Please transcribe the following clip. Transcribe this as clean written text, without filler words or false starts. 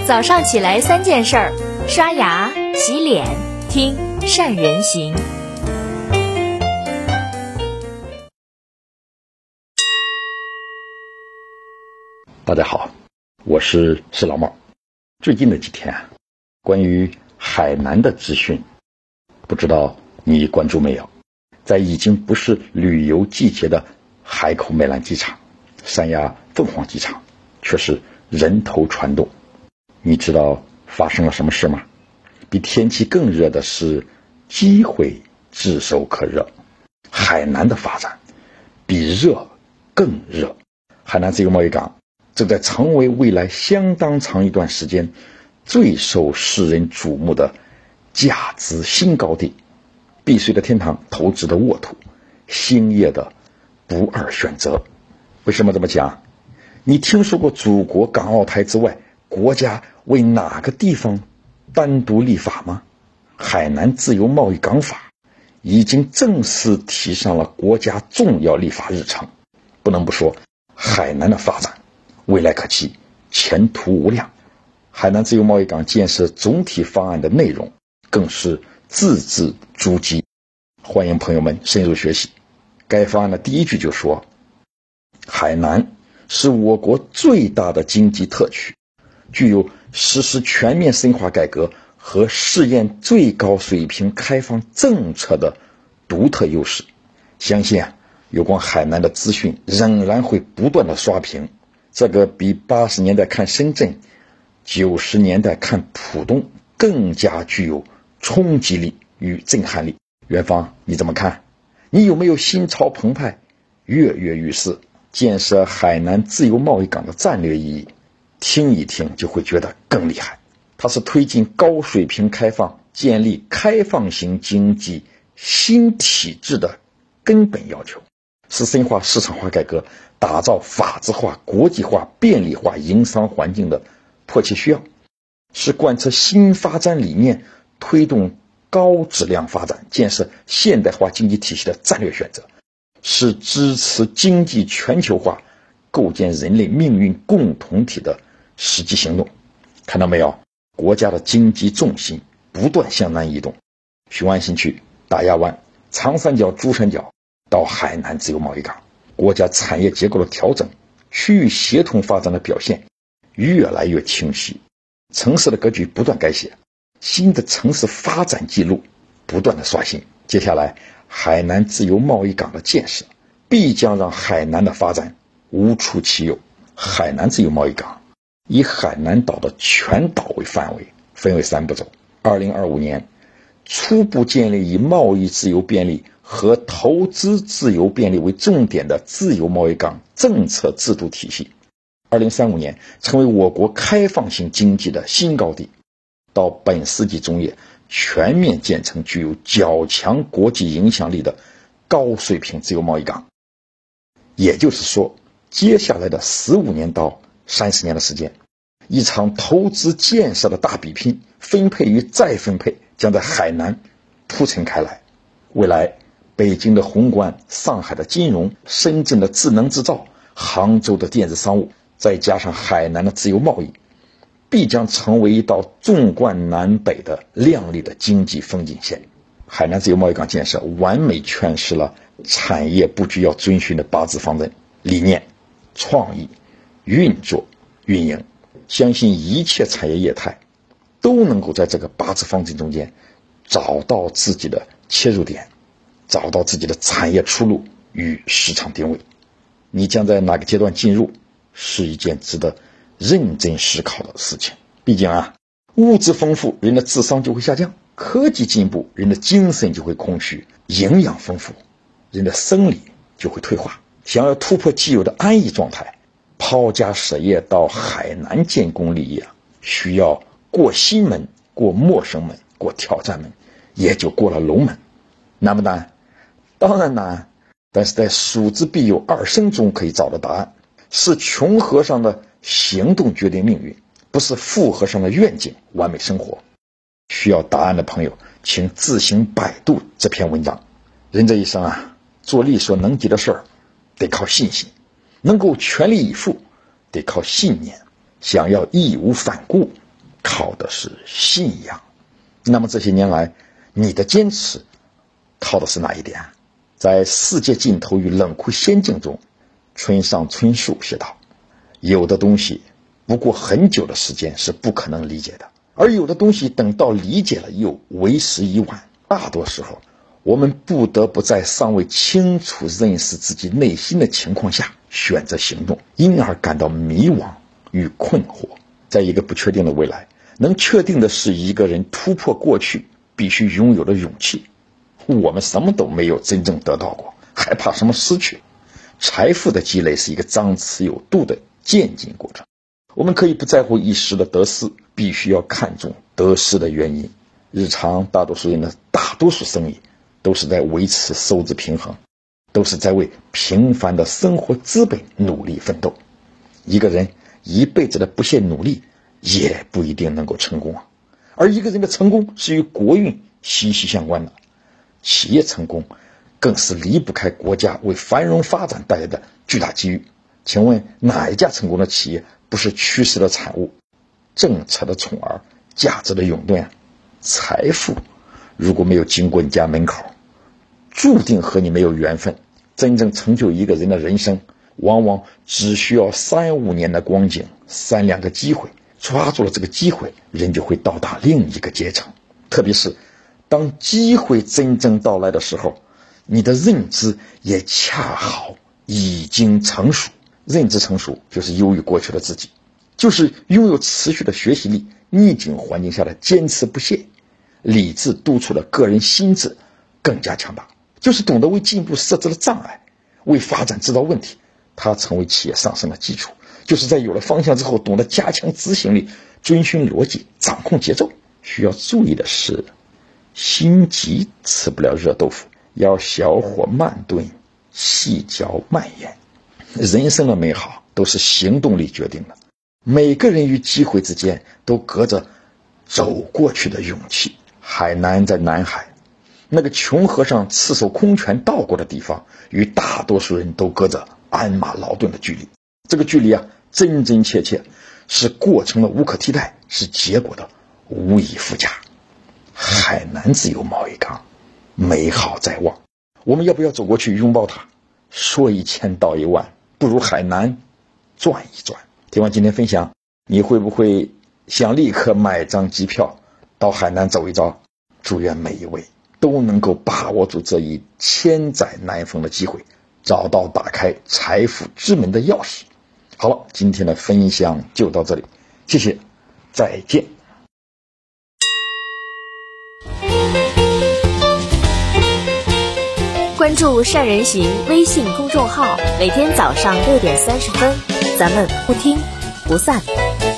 早上起来3件事儿：刷牙、洗脸、听善人行。 大家好，我是老茂。最近的几天关于海南的资讯，不知道你关注没有？在已经不是旅游季节的海口美兰机场、三亚凤凰机场，却是人头攒动。你知道发生了什么事吗？比天气更热的是机会炙手可热，海南的发展比热更热。海南自由贸易港正在成为未来相当长一段时间最受世人瞩目的价值新高地，避税的天堂，投资的沃土，兴业的不二选择。为什么这么讲？你听说过祖国港澳台之外国家为哪个地方单独立法吗？海南自由贸易港法已经正式提上了国家重要立法日程。不能不说，海南的发展未来可期，前途无量。海南自由贸易港建设总体方案的内容更是字字珠玑，欢迎朋友们深入学习。该方案的第一句就说，海南是我国最大的经济特区，具有实施全面深化改革和试验最高水平开放政策的独特优势。相信有关海南的资讯仍然会不断的刷屏，这个比80年代看深圳、90年代看浦东更加具有冲击力与震撼力。元芳，你怎么看？你有没有心潮澎湃、跃跃欲试？建设海南自由贸易港的战略意义，听一听就会觉得更厉害。它是推进高水平开放、建立开放型经济新体制的根本要求，是深化市场化改革、打造法治化、国际化、便利化营商环境的迫切需要，是贯彻新发展理念、推动高质量发展、建设现代化经济体系的战略选择，是支持经济全球化、构建人类命运共同体的实际行动。看到没有？国家的经济重心不断向南移动，雄安新区、大亚湾、长三角、珠三角到海南自由贸易港，国家产业结构的调整、区域协同发展的表现越来越清晰，城市的格局不断改写，新的城市发展记录不断的刷新。接下来海南自由贸易港的建设必将让海南的发展无出其右。海南自由贸易港以海南岛的全岛为范围，分为3步骤。2025年初步建立以贸易自由便利和投资自由便利为重点的自由贸易港政策制度体系。2035年成为我国开放性经济的新高地，到本世纪中叶全面建成具有较强国际影响力的高水平自由贸易港。也就是说，接下来的15年到30年的时间，一场投资建设的大比拼，分配与再分配将在海南铺陈开来。未来北京的宏观、上海的金融、深圳的智能制造、杭州的电子商务，再加上海南的自由贸易，必将成为一道纵贯南北的亮丽的经济风景线。海南自由贸易港建设完美诠释了产业布局要遵循的8字方针：理念、创意、运作、运营。相信一切产业业态都能够在这个8字方针中间找到自己的切入点，找到自己的产业出路与市场定位。你将在哪个阶段进入，是一件值得认真思考的事情。毕竟物质丰富，人的智商就会下降；科技进步，人的精神就会空虚；营养丰富，人的生理就会退化。想要突破既有的安逸状态，抛家舍业到海南建功立业，需要过新门、过陌生门、过挑战门，也就过了龙门。难不难？当然难，但是在数之必有二生中可以找到答案。是穷和尚的行动决定命运，不是富和尚的愿景完美生活。需要答案的朋友，请自行百度这篇文章。人这一生做力所能及的事儿，得靠信心；能够全力以赴，得靠信念；想要义无反顾， 靠的是信仰。那么这些年来，你的坚持靠的是哪一点？在世界尽头与冷酷仙境中，村上春树写道，有的东西不过很久的时间是不可能理解的，而有的东西等到理解了又为时已晚。大多时候我们不得不在尚未清楚认识自己内心的情况下选择行动，因而感到迷惘与困惑。在一个不确定的未来，能确定的是一个人突破过去必须拥有的勇气。我们什么都没有真正得到过，还怕什么失去？财富的积累是一个张弛有度的渐进过程。我们可以不在乎一时的得失，必须要看重得失的原因。日常大多数人的大多数生意都是在维持收支平衡，都是在为平凡的生活资本努力奋斗。一个人一辈子的不懈努力也不一定能够成功啊。而一个人的成功是与国运息息相关的，企业成功更是离不开国家为繁荣发展带来的巨大机遇。请问哪一家成功的企业不是趋势的产物，政策的宠儿，价值的涌动啊？财富如果没有经过你家门口，注定和你没有缘分。真正成就一个人的人生，往往只需要3-5年的光景，3-2个机会，抓住了这个机会，人就会到达另一个阶层。特别是当机会真正到来的时候，你的认知也恰好已经成熟。认知成熟就是优于过去的自己，就是拥有持续的学习力，逆境环境下的坚持不懈，理智督促的个人心智更加强大，就是懂得为进步设置了障碍，为发展制造问题。它成为企业上升的基础，就是在有了方向之后，懂得加强执行力，遵循逻辑，掌控节奏。需要注意的是，心急吃不了热豆腐，要小火慢炖，细嚼慢咽。人生的美好都是行动力决定的，每个人与机会之间都隔着走过去的勇气。海南在南海，那个穷和尚赤手空拳到过的地方，与大多数人都隔着鞍马劳顿的距离。这个距离啊，真真切切是过程的无可替代，是结果的无以复加。海南自由贸易港，美好在望。我们要不要走过去拥抱它？说1000道1万，不如海南转一转。听完今天分享，你会不会想立刻买张机票到海南走一遭？祝愿每一位都能够把握住这一千载难逢的机会，找到打开财富之门的钥匙。好了，今天的分享就到这里，谢谢，再见。 关注善人行微信公众号，每天早上6点30分，咱们不听不散。